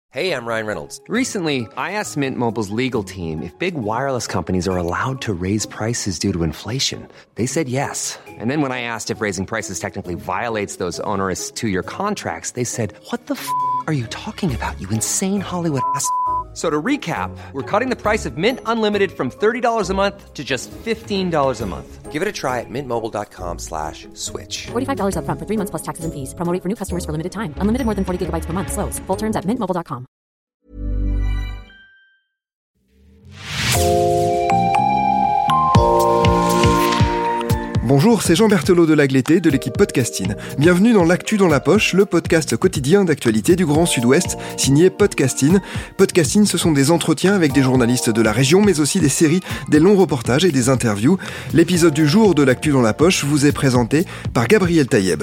Hey, I'm Ryan Reynolds. Recently, I asked Mint Mobile's legal team if big wireless companies are allowed to raise prices due to inflation. They said yes. And then when I asked if raising prices technically violates those onerous two-year contracts, they said, "What the f*** are you talking about, you insane Hollywood ass?" So to recap, we're cutting the price of Mint Unlimited from $30 a month to just $15 a month. Give it a try at mintmobile.com/switch. $45 up front for 3 months plus taxes and fees. Promo rate for new customers for limited time. Unlimited more than 40 gigabytes per month. Slows full terms at mintmobile.com. Bonjour, c'est Jean Berthelot de Lagleté de l'équipe Podcasting. Bienvenue dans l'Actu dans la poche, le podcast quotidien d'actualité du Grand Sud-Ouest, signé Podcasting. Podcasting, ce sont des entretiens avec des journalistes de la région, mais aussi des séries, des longs reportages et des interviews. L'épisode du jour de l'Actu dans la poche vous est présenté par Gabriel Taïeb.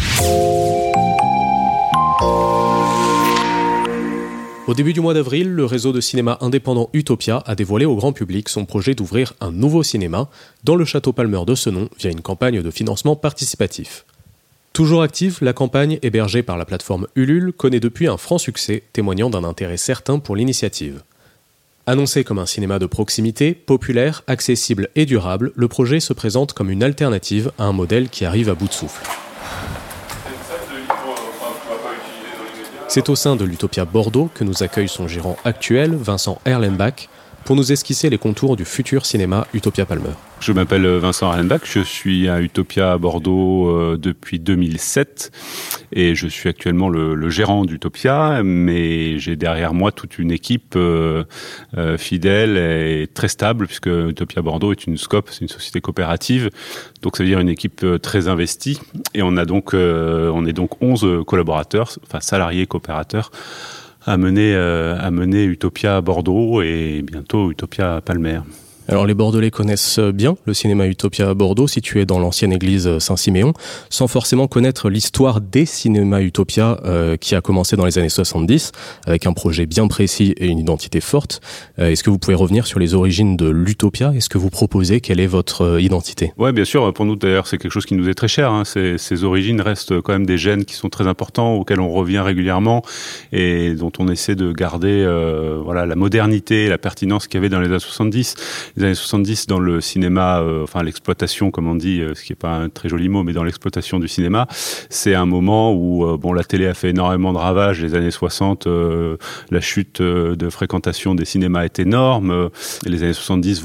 Au début du mois d'avril, le réseau de cinéma indépendant Utopia a dévoilé au grand public son projet d'ouvrir un nouveau cinéma dans le château Palmer de Senon via une campagne de financement participatif. Toujours active, la campagne, hébergée par la plateforme Ulule, connaît depuis un franc succès, témoignant d'un intérêt certain pour l'initiative. Annoncé comme un cinéma de proximité, populaire, accessible et durable, le projet se présente comme une alternative à un modèle qui arrive à bout de souffle. C'est au sein de l'Utopia Bordeaux que nous accueille son gérant actuel, Vincent Erlenbach, pour nous esquisser les contours du futur cinéma Utopia Palmer. Je m'appelle Vincent Erlenbach, je suis à Utopia à Bordeaux depuis 2007 et je suis actuellement le gérant d'Utopia, mais j'ai derrière moi toute une équipe fidèle et très stable puisque Utopia Bordeaux est une SCOP, c'est une société coopérative, donc ça veut dire une équipe très investie et on est donc 11 collaborateurs, enfin salariés coopérateurs à mener Utopia Bordeaux et bientôt Utopia Palmer. Alors les Bordelais connaissent bien le cinéma Utopia à Bordeaux, situé dans l'ancienne église Saint-Siméon, sans forcément connaître l'histoire des cinémas Utopia qui a commencé dans les années 70, avec un projet bien précis et une identité forte. Est-ce que vous pouvez revenir sur les origines de l'Utopia ? Est-ce que vous proposez ? Quelle est votre identité ? Ouais, bien sûr. Pour nous, d'ailleurs, c'est quelque chose qui nous est très cher. Hein. Ces origines restent quand même des gènes qui sont très importants, auxquels on revient régulièrement et dont on essaie de garder la modernité et la pertinence qu'il y avait dans les années 70. Les années 70 dans le cinéma, l'exploitation, comme on dit, ce qui n'est pas un très joli mot, mais dans l'exploitation du cinéma, c'est un moment où la télé a fait énormément de ravages. Les années 60, la chute de fréquentation des cinémas est énorme. Et les années 70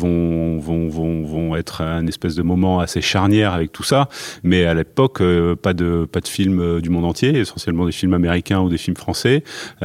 vont être un espèce de moment assez charnière avec tout ça. Mais à l'époque, pas de films du monde entier, essentiellement des films américains ou des films français. Pas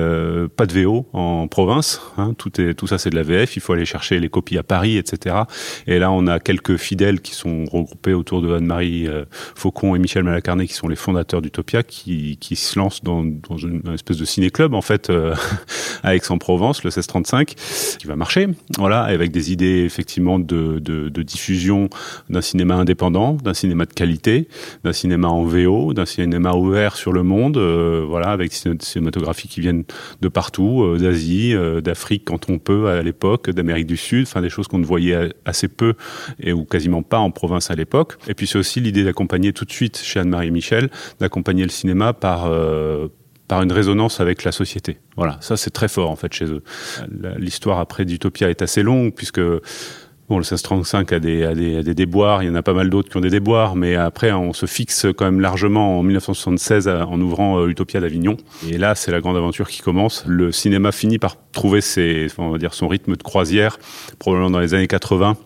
de VO en province. Hein, tout ça, c'est de la VF. Il faut aller chercher les copies à Paris, etc. Et là, on a quelques fidèles qui sont regroupés autour de Anne-Marie Faucon et Michel Malacarné, qui sont les fondateurs d'Utopia, qui se lancent dans une espèce de ciné-club, en fait, à Aix-en-Provence, le 1635, qui va marcher, voilà, avec des idées, effectivement, de diffusion d'un cinéma indépendant, d'un cinéma de qualité, d'un cinéma en VO, d'un cinéma ouvert sur le monde, avec des cinématographies qui viennent de partout, d'Asie, d'Afrique quand on peut à l'époque, d'Amérique du Sud, des choses qu'on ne voyait assez peu ou quasiment pas en province à l'époque. Et puis c'est aussi l'idée d'accompagner tout de suite chez Anne-Marie et Michel, d'accompagner le cinéma par une résonance avec la société. Voilà, ça c'est très fort en fait chez eux. L'histoire après d'Utopia est assez longue puisque le 1635 a des déboires, il y en a pas mal d'autres qui ont des déboires, mais après on se fixe quand même largement en 1976 en ouvrant Utopia d'Avignon. Et là, c'est la grande aventure qui commence. Le cinéma finit par trouver son rythme de croisière, probablement dans les années 80.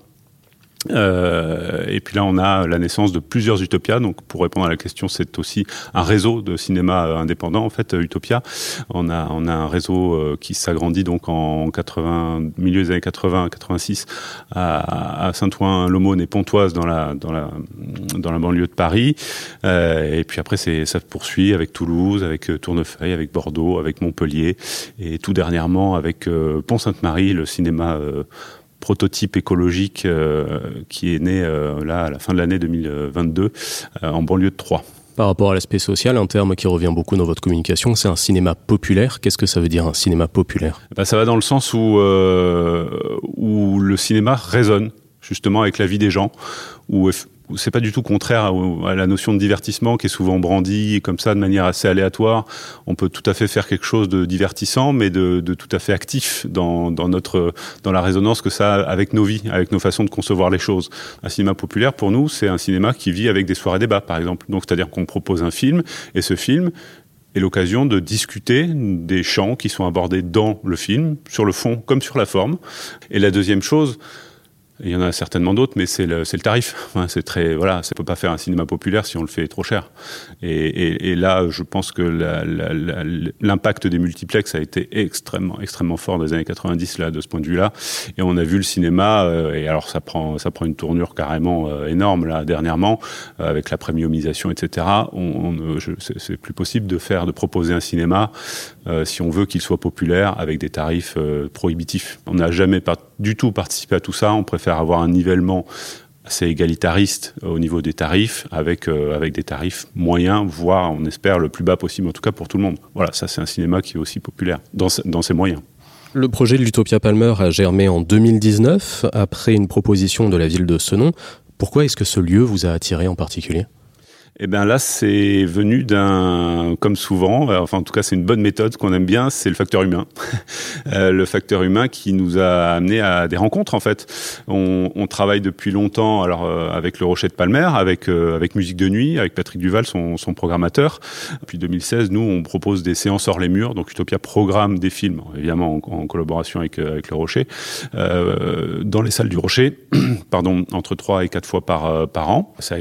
Et puis là, on a la naissance de plusieurs Utopias. Donc, pour répondre à la question, c'est aussi un réseau de cinéma indépendant. En fait, Utopia, on a un réseau qui s'agrandit donc milieu des années 80, 86 à Saint-Ouen-l'Aumône et Pontoise dans la banlieue de Paris. Et puis après, ça poursuit avec Toulouse, avec Tournefeuille, avec Bordeaux, avec Montpellier, et tout dernièrement avec Pont-Sainte-Marie, le cinéma prototype écologique qui est né là à la fin de l'année 2022 en banlieue de Troyes. Par rapport à l'aspect social, un terme qui revient beaucoup dans votre communication, c'est un cinéma populaire. Qu'est-ce que ça veut dire, un cinéma populaire ? Ça va dans le sens où le cinéma résonne justement avec la vie des gens, où c'est pas du tout contraire à la notion de divertissement qui est souvent brandie comme ça de manière assez aléatoire. On peut tout à fait faire quelque chose de divertissant, mais de tout à fait actif dans la résonance que ça a avec nos vies, avec nos façons de concevoir les choses. Un cinéma populaire, pour nous, c'est un cinéma qui vit avec des soirées débats, par exemple. Donc, c'est-à-dire qu'on propose un film, et ce film est l'occasion de discuter des champs qui sont abordés dans le film, sur le fond comme sur la forme. Et la deuxième chose, il y en a certainement d'autres, mais c'est le tarif. Enfin, ça peut pas faire un cinéma populaire si on le fait trop cher. Et là, je pense que l'impact des multiplexes a été extrêmement fort dans les années 90 là, de ce point de vue-là. Et on a vu le cinéma, et alors ça prend une tournure carrément énorme là dernièrement, avec la premiumisation, etc. C'est plus possible de proposer un cinéma si on veut qu'il soit populaire avec des tarifs prohibitifs. On n'a jamais du tout participé à tout ça. On préfère avoir un nivellement assez égalitariste au niveau des tarifs, avec des tarifs moyens, voire, on espère, le plus bas possible, en tout cas pour tout le monde. Voilà, ça c'est un cinéma qui est aussi populaire, dans ses moyens. Le projet de l'Utopia Palmer a germé en 2019, après une proposition de la ville de Senon. Pourquoi est-ce que ce lieu vous a attiré en particulier ? Eh bien là, c'est venu comme souvent, enfin en tout cas c'est une bonne méthode qu'on aime bien, c'est le facteur humain. Le facteur humain qui nous a amené à des rencontres en fait. On travaille depuis longtemps avec le Rocher de Palmer, avec Musique de Nuit, avec Patrick Duval, son programmateur. Depuis 2016, nous on propose des séances hors les murs, donc Utopia programme des films, évidemment en collaboration avec le Rocher, dans les salles du Rocher, entre 3 et 4 fois par an. Ça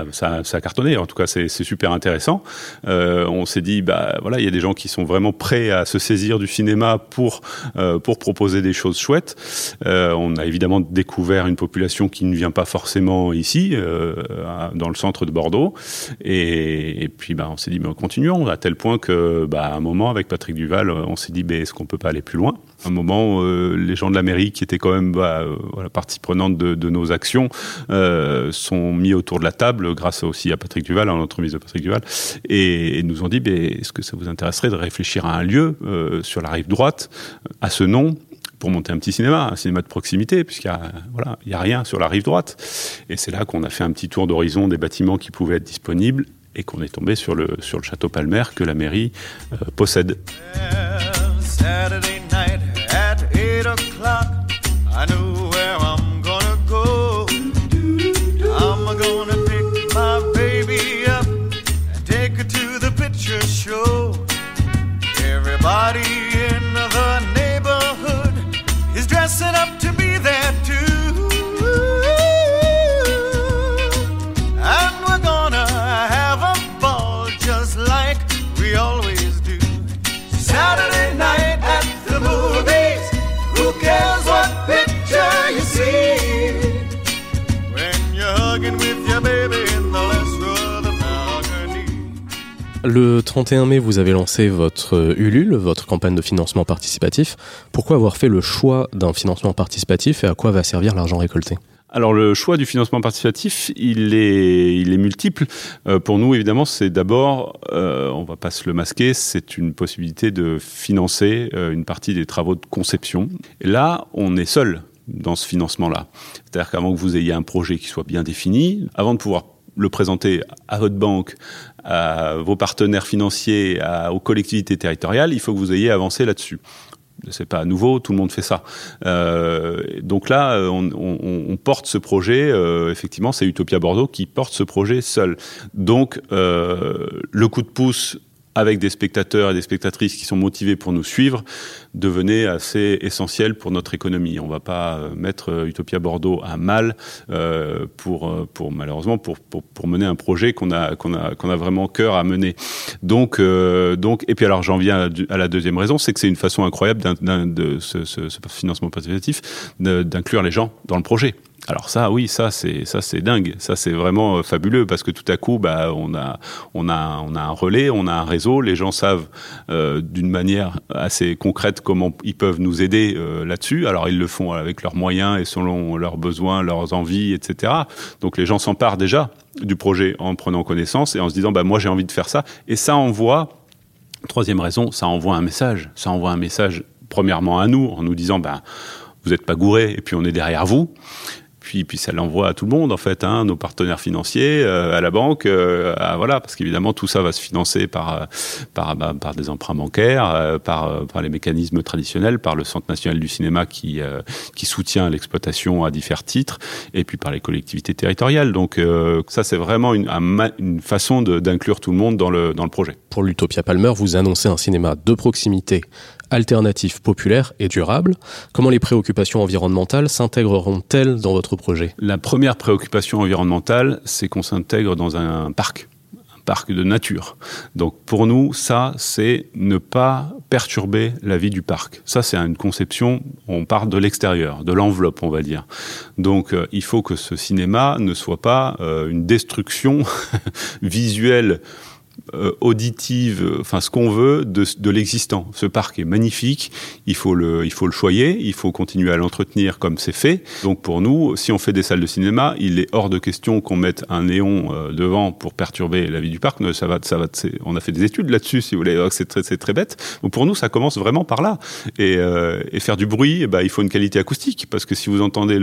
a cartonné. En tout cas, c'est super intéressant. On s'est dit, il y a des gens qui sont vraiment prêts à se saisir du cinéma pour proposer des choses chouettes. On a évidemment découvert une population qui ne vient pas forcément ici, dans le centre de Bordeaux. Et puis, on s'est dit, continuons, à tel point que, à un moment, avec Patrick Duval, on s'est dit, est-ce qu'on peut pas aller plus loin ? À un moment, les gens de la mairie, qui étaient quand même partie prenante de nos actions, sont mis autour de la table, grâce aussi à Patrick Duval, à l'entremise de Patrick Duval, et nous ont dit, est-ce que ça vous intéresserait de réfléchir à un lieu sur la rive droite, à Senon, pour monter un petit cinéma, un cinéma de proximité, puisqu'il y a rien sur la rive droite. Et c'est là qu'on a fait un petit tour d'horizon des bâtiments qui pouvaient être disponibles, et qu'on est tombé sur le château Palmer que la mairie possède. Saturday night at 8 o'clock, I know where I'm gonna go. I'm gonna pick my baby up and take her to the picture show. Everybody in the neighborhood is dressing up to be there too. And we're gonna have a ball just like we always do. Saturday night at the movies, who cares what picture you see? When you're hugging with your baby in the last row of the balcony. Le 31 mai, vous avez lancé votre Ulule, votre campagne de financement participatif. Pourquoi avoir fait le choix d'un financement participatif et à quoi va servir l'argent récolté ? Alors le choix du financement participatif, il est multiple. Pour nous, évidemment, c'est d'abord, on va pas se le masquer, c'est une possibilité de financer une partie des travaux de conception. Et là, on est seul dans ce financement-là. C'est-à-dire qu'avant que vous ayez un projet qui soit bien défini, avant de pouvoir le présenter à votre banque, à vos partenaires financiers, aux collectivités territoriales, il faut que vous ayez avancé là-dessus. C'est pas nouveau, tout le monde fait ça. Donc là, on porte ce projet. Effectivement, c'est Utopia Bordeaux qui porte ce projet seul. Donc, le coup de pouce avec des spectateurs et des spectatrices qui sont motivés pour nous suivre devenait assez essentiel pour notre économie. On va pas mettre Utopia Bordeaux à mal malheureusement pour mener un projet qu'on a vraiment cœur à mener. Donc et puis alors j'en viens à la deuxième raison, c'est que c'est une façon incroyable de ce financement participatif d'inclure les gens dans le projet. Alors ça, oui, ça c'est dingue, ça c'est vraiment fabuleux parce que tout à coup, on a un relais, on a un réseau, les gens savent d'une manière assez concrète comment ils peuvent nous aider là-dessus. Alors ils le font avec leurs moyens et selon leurs besoins, leurs envies, etc. Donc les gens s'emparent déjà du projet en prenant connaissance et en se disant moi j'ai envie de faire ça. Et ça envoie, troisième raison, ça envoie un message. Ça envoie un message premièrement à nous en nous disant vous n'êtes pas gourés et puis on est derrière vous. puis ça l'envoie à tout le monde en fait, nos partenaires financiers, à la banque, voilà, parce qu'évidemment tout ça va se financer par des emprunts bancaires, par les mécanismes traditionnels, par le Centre national du cinéma qui soutient l'exploitation à divers titres, et puis par les collectivités territoriales. Donc ça c'est vraiment une façon d'inclure tout le monde dans le projet. Pour l'Utopia Palmer, vous annoncez un cinéma de proximité, alternatif, populaire et durable. Comment les préoccupations environnementales s'intégreront-elles dans votre projet ? La première préoccupation environnementale, c'est qu'on s'intègre dans un parc de nature. Donc pour nous, ça, c'est ne pas perturber la vie du parc. Ça, c'est une conception, on part de l'extérieur, de l'enveloppe, on va dire. Donc il faut que ce cinéma ne soit pas une destruction visuelle, auditive, enfin ce qu'on veut de l'existant. Ce parc est magnifique, il faut le choyer, il faut continuer à l'entretenir comme c'est fait. Donc pour nous, si on fait des salles de cinéma, il est hors de question qu'on mette un néon devant pour perturber la vie du parc. On a fait des études là-dessus, si vous voulez, c'est très bête. Donc pour nous, ça commence vraiment par là. Et faire du bruit, il faut une qualité acoustique, parce que si vous entendez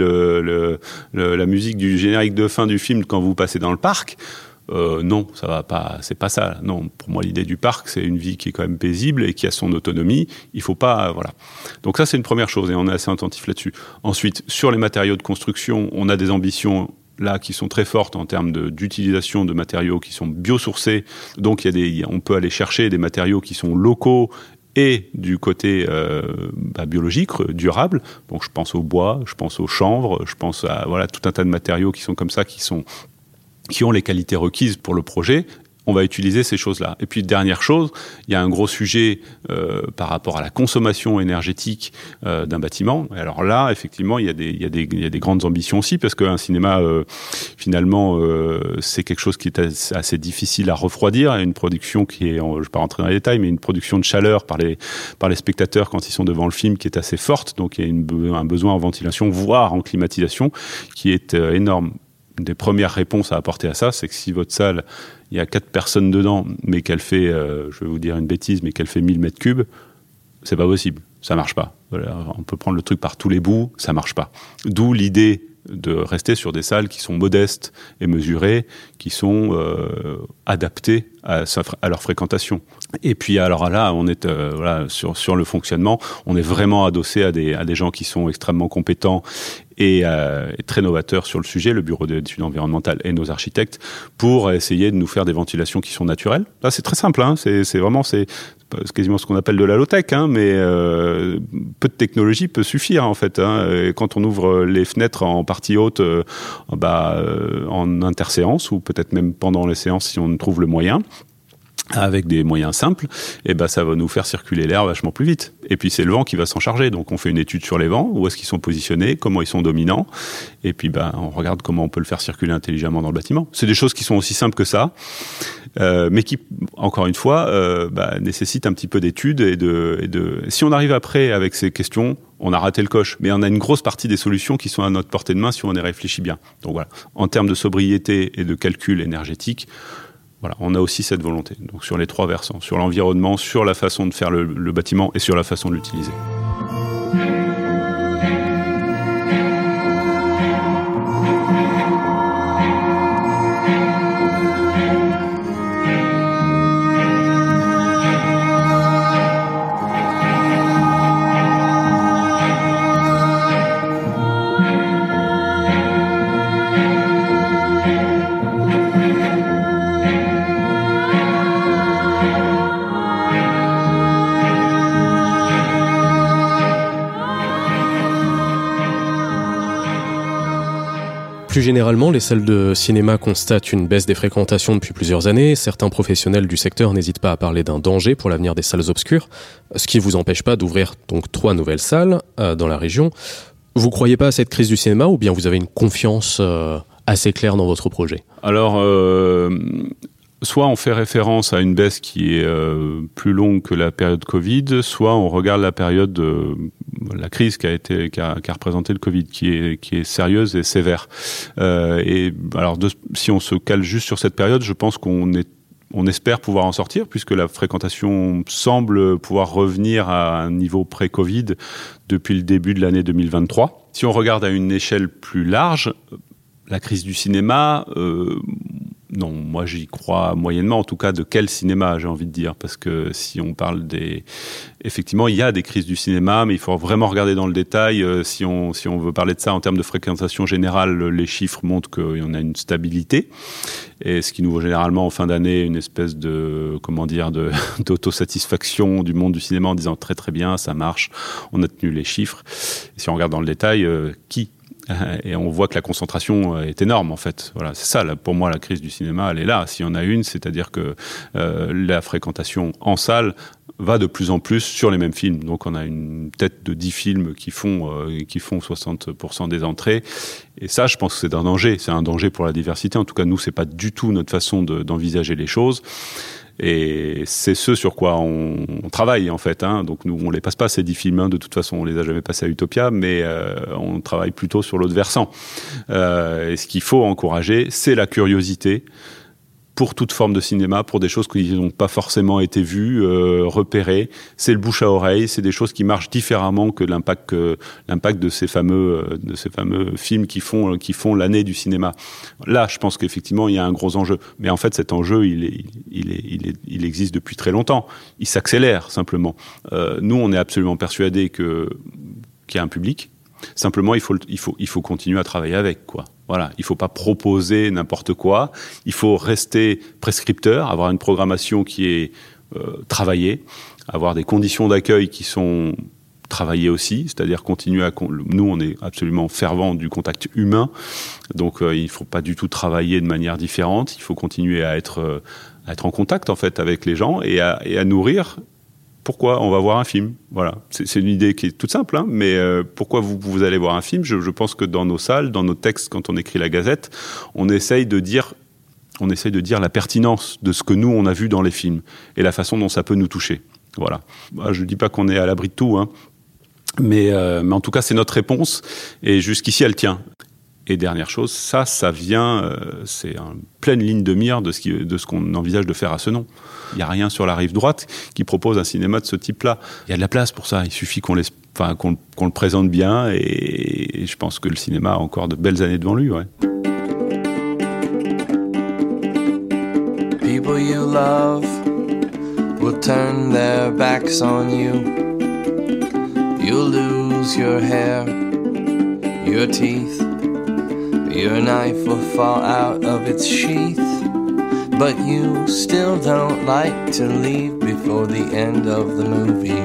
la musique du générique de fin du film quand vous passez dans le parc, non, ça va pas, c'est pas ça. Non, pour moi, l'idée du parc, c'est une vie qui est quand même paisible et qui a son autonomie. Il faut pas, voilà. Donc ça, c'est une première chose et on est assez attentif là-dessus. Ensuite, sur les matériaux de construction, on a des ambitions là qui sont très fortes en termes d'utilisation de matériaux qui sont biosourcés. Donc on peut aller chercher des matériaux qui sont locaux et du côté biologique, durable. Donc je pense au bois, je pense au chanvre, je pense à tout un tas de matériaux qui sont comme ça, qui ont les qualités requises pour le projet. On va utiliser ces choses-là. Et puis, dernière chose, il y a un gros sujet par rapport à la consommation énergétique d'un bâtiment. Et alors là, effectivement, il y a des grandes ambitions aussi, parce qu'un cinéma, finalement, c'est quelque chose qui est assez difficile à refroidir. Une production qui est, je ne vais pas rentrer dans les détails, mais une production de chaleur par les spectateurs quand ils sont devant le film qui est assez forte. Donc, il y a un besoin en ventilation, voire en climatisation, qui est énorme. Une des premières réponses à apporter à ça, c'est que si votre salle, il y a 4 personnes dedans, mais qu'elle fait, je vais vous dire une bêtise, mais qu'elle fait 1000 mètres cubes, c'est pas possible, ça marche pas. Voilà, on peut prendre le truc par tous les bouts, ça marche pas. D'où l'idée de rester sur des salles qui sont modestes et mesurées, qui sont adaptées à leur fréquentation. Et puis alors là, on est sur le fonctionnement, on est vraiment adossé à des gens qui sont extrêmement compétents et très novateurs sur le sujet, le bureau d'études environnementales et nos architectes, pour essayer de nous faire des ventilations qui sont naturelles. Là, c'est très simple, c'est quasiment ce qu'on appelle de la low-tech, mais peu de technologie peut suffire en fait. Et quand on ouvre les fenêtres en partie haute, en interséance ou peut-être même pendant les séances si on trouve le moyen, avec des moyens simples, ça va nous faire circuler l'air vachement plus vite. Et puis c'est le vent qui va s'en charger. Donc on fait une étude sur les vents, où est-ce qu'ils sont positionnés, comment ils sont dominants, et puis on regarde comment on peut le faire circuler intelligemment dans le bâtiment. C'est des choses qui sont aussi simples que ça, mais qui, encore une fois, nécessitent un petit peu d'études et de. Si on arrive après avec ces questions, on a raté le coche, mais on a une grosse partie des solutions qui sont à notre portée de main si on y réfléchit bien. Donc voilà, en termes de sobriété et de calcul énergétique, voilà, on a aussi cette volonté. Donc sur les 3 versants, sur l'environnement, sur la façon de faire le bâtiment et sur la façon de l'utiliser. Plus généralement, les salles de cinéma constatent une baisse des fréquentations depuis plusieurs années. Certains professionnels du secteur n'hésitent pas à parler d'un danger pour l'avenir des salles obscures, ce qui ne vous empêche pas d'ouvrir donc 3 nouvelles salles dans la région. Vous croyez pas à cette crise du cinéma ou bien vous avez une confiance assez claire dans votre projet ? Alors, soit on fait référence à une baisse qui est plus longue que la période Covid, soit on regarde la période de la crise qui a représenté le Covid, qui est sérieuse et sévère. Et alors, si on se cale juste sur cette période, je pense qu'on espère pouvoir en sortir, puisque la fréquentation semble pouvoir revenir à un niveau pré-Covid depuis le début de l'année 2023. Si on regarde à une échelle plus large, la crise du cinéma, non, moi j'y crois moyennement, en tout cas de quel cinéma, j'ai envie de dire, parce que si on parle effectivement, il y a des crises du cinéma, mais il faut vraiment regarder dans le détail. Si on veut parler de ça en termes de fréquentation générale, les chiffres montrent qu'il y en a une stabilité, et ce qui nous vaut généralement en fin d'année une espèce de, d'autosatisfaction du monde du cinéma en disant très très bien, ça marche, on a tenu les chiffres. Et si on regarde dans le détail, qui ? Et on voit que la concentration est énorme, en fait. Voilà, c'est ça, là, pour moi, la crise du cinéma, elle est là. S'il y en a une, c'est-à-dire que la fréquentation en salle va de plus en plus sur les mêmes films. Donc, on a une tête de 10 films qui font 60% des entrées. Et ça, je pense que c'est un danger. C'est un danger pour la diversité. En tout cas, nous, c'est pas du tout notre façon d'envisager les choses. Et c'est ce sur quoi on travaille, en fait. Donc nous, on les passe pas, ces 10 films. De toute façon, on les a jamais passés à Utopia, mais on travaille plutôt sur l'autre versant. Et ce qu'il faut encourager, c'est la curiosité pour toute forme de cinéma, pour des choses qui n'ont pas forcément été vues, repérées. C'est le bouche à oreille, c'est des choses qui marchent différemment que l'impact de ces fameux films qui font l'année du cinéma. Là, je pense qu'effectivement, il y a un gros enjeu. Mais en fait, cet enjeu, il existe depuis très longtemps. Il s'accélère, simplement. Nous, on est absolument persuadés qu'il y a un public. Simplement, il faut continuer à travailler avec, quoi. Voilà, il faut pas proposer n'importe quoi. Il faut rester prescripteur, avoir une programmation qui est travaillée, avoir des conditions d'accueil qui sont travaillées aussi, c'est-à-dire continuer nous, on est absolument fervents du contact humain, donc il faut pas du tout travailler de manière différente. Il faut continuer à être en contact, en fait, avec les gens et à nourrir. Pourquoi on va voir un film ? Voilà, c'est une idée qui est toute simple, mais pourquoi vous allez voir un film ? Je pense que dans nos salles, dans nos textes, quand on écrit la Gazette, on essaye de dire la pertinence de ce que nous on a vu dans les films et la façon dont ça peut nous toucher. Voilà. Je dis pas qu'on est à l'abri de tout, mais en tout cas c'est notre réponse et jusqu'ici elle tient. Et dernière chose, ça vient, c'est en pleine ligne de mire de ce qu'on envisage de faire à Senon. Il n'y a rien sur la rive droite qui propose un cinéma de ce type-là. Il y a de la place pour ça, il suffit qu'on le présente bien et je pense que le cinéma a encore de belles années devant lui. Ouais. People you love will turn their backs on you. You'll lose your hair, your teeth. Your knife will fall out of its sheath, but you still don't like to leave before the end of the movie.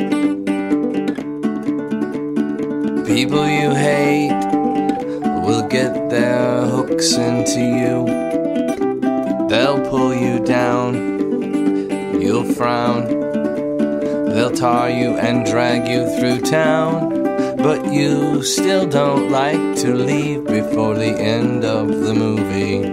People you hate will get their hooks into you. They'll pull you down, you'll frown. They'll tar you and drag you through town. But you still don't like to leave before the end of the movie.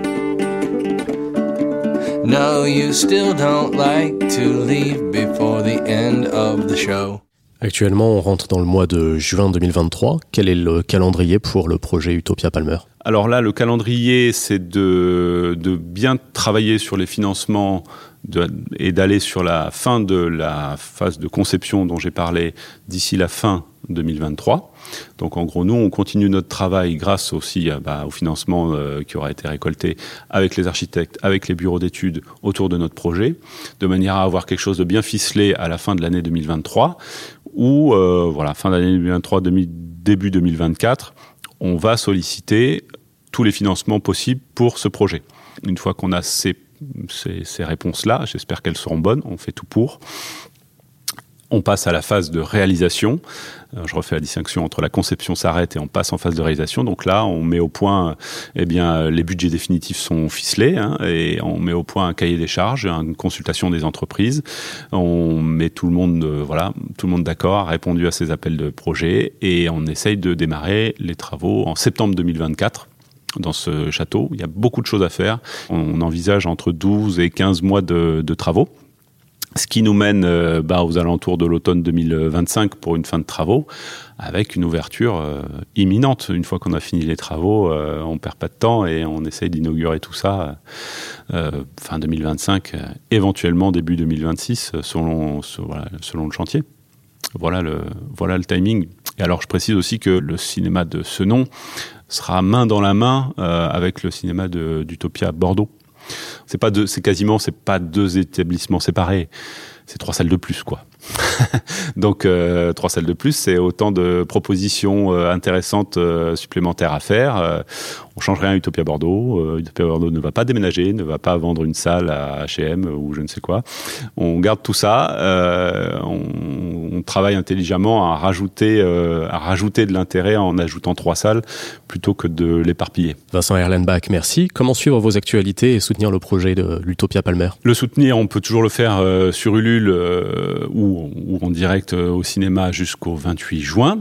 No, you still don't like to leave before the end of the show. Actuellement, on rentre dans le mois de juin 2023. Quel est le calendrier pour le projet Utopia Palmer ? Alors là, le calendrier, c'est de bien travailler sur les financements et d'aller sur la fin de la phase de conception dont j'ai parlé d'ici la fin 2023. Donc en gros, nous, on continue notre travail grâce aussi au financement qui aura été récolté avec les architectes, avec les bureaux d'études autour de notre projet, de manière à avoir quelque chose de bien ficelé à la fin de l'année 2023, où, fin d'année 2023, début 2024, on va solliciter tous les financements possibles pour ce projet. Une fois qu'on a ces réponses-là, j'espère qu'elles seront bonnes, on fait tout pour. On passe à la phase de réalisation. Je refais la distinction entre la conception s'arrête et on passe en phase de réalisation. Donc là, on met au point, les budgets définitifs sont ficelés, et on met au point un cahier des charges, une consultation des entreprises. On met tout le monde d'accord, a répondu à ces appels de projet et on essaye de démarrer les travaux en septembre 2024. Dans ce château, il y a beaucoup de choses à faire. On envisage entre 12 et 15 mois de travaux. Ce qui nous mène aux alentours de l'automne 2025 pour une fin de travaux, avec une ouverture imminente. Une fois qu'on a fini les travaux, on perd pas de temps et on essaye d'inaugurer tout ça fin 2025, éventuellement début 2026, selon le chantier. Voilà le timing. Et alors je précise aussi que le cinéma de ce nom sera main dans la main avec le cinéma d'Utopia Bordeaux. C'est pas deux établissements séparés, c'est 3 salles de plus, quoi. Donc 3 salles de plus, c'est autant de propositions intéressantes supplémentaires à faire. On change rien à Utopia Bordeaux. Utopia Bordeaux ne va pas déménager, ne va pas vendre une salle à H&M ou je ne sais quoi. On garde tout ça. On travaille intelligemment à rajouter de l'intérêt en ajoutant 3 salles plutôt que de l'éparpiller. Vincent Erlenbach, merci. Comment suivre vos actualités et soutenir le projet de l'Utopia Palmer ? Le soutenir, on peut toujours le faire sur Ulule ou en direct au cinéma jusqu'au 28 juin.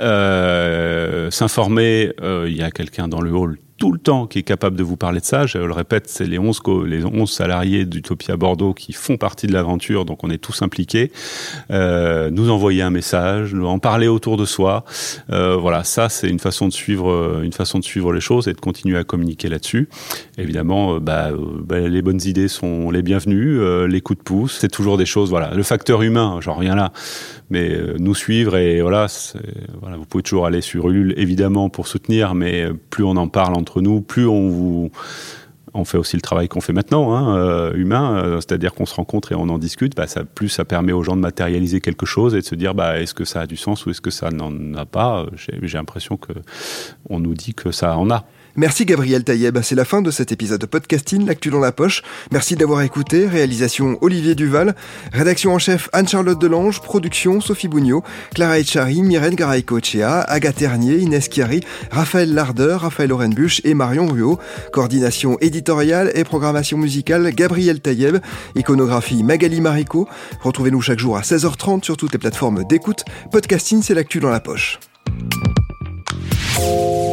S'informer, il y a quelqu'un dans le hall tout le temps qui est capable de vous parler de ça. Je le répète, c'est les 11 salariés d'Utopia Bordeaux qui font partie de l'aventure, donc on est tous impliqués. Nous envoyer un message, en parler autour de soi. Voilà, ça c'est une façon de suivre les choses et de continuer à communiquer là-dessus. Évidemment, les bonnes idées sont les bienvenues, les coups de pouce, c'est toujours des choses. Voilà, le facteur humain, genre rien là, mais nous suivre et voilà, vous pouvez toujours aller sur Ulule évidemment pour soutenir, mais plus on en parle entre nous, plus on fait aussi le travail qu'on fait maintenant, humain, c'est-à-dire qu'on se rencontre et on en discute, plus ça permet aux gens de matérialiser quelque chose et de se dire est-ce que ça a du sens ou est-ce que ça n'en a pas. J'ai l'impression qu'on nous dit que ça en a. Merci Gabriel Taïeb, c'est la fin de cet épisode de Podcasting, l'actu dans la poche. Merci d'avoir écouté, réalisation Olivier Duval, rédaction en chef Anne-Charlotte Delange, production Sophie Bougnot, Clara Etchari, Myrène Garay-Cochea, Agathe Ternier, Inès Chiari, Raphaël Lardeur, Raphaël Orenbuch et Marion Ruot, coordination éditoriale et programmation musicale Gabriel Taïeb, iconographie Magali Marico. Retrouvez-nous chaque jour à 16h30 sur toutes les plateformes d'écoute. Podcasting, c'est l'actu dans la poche.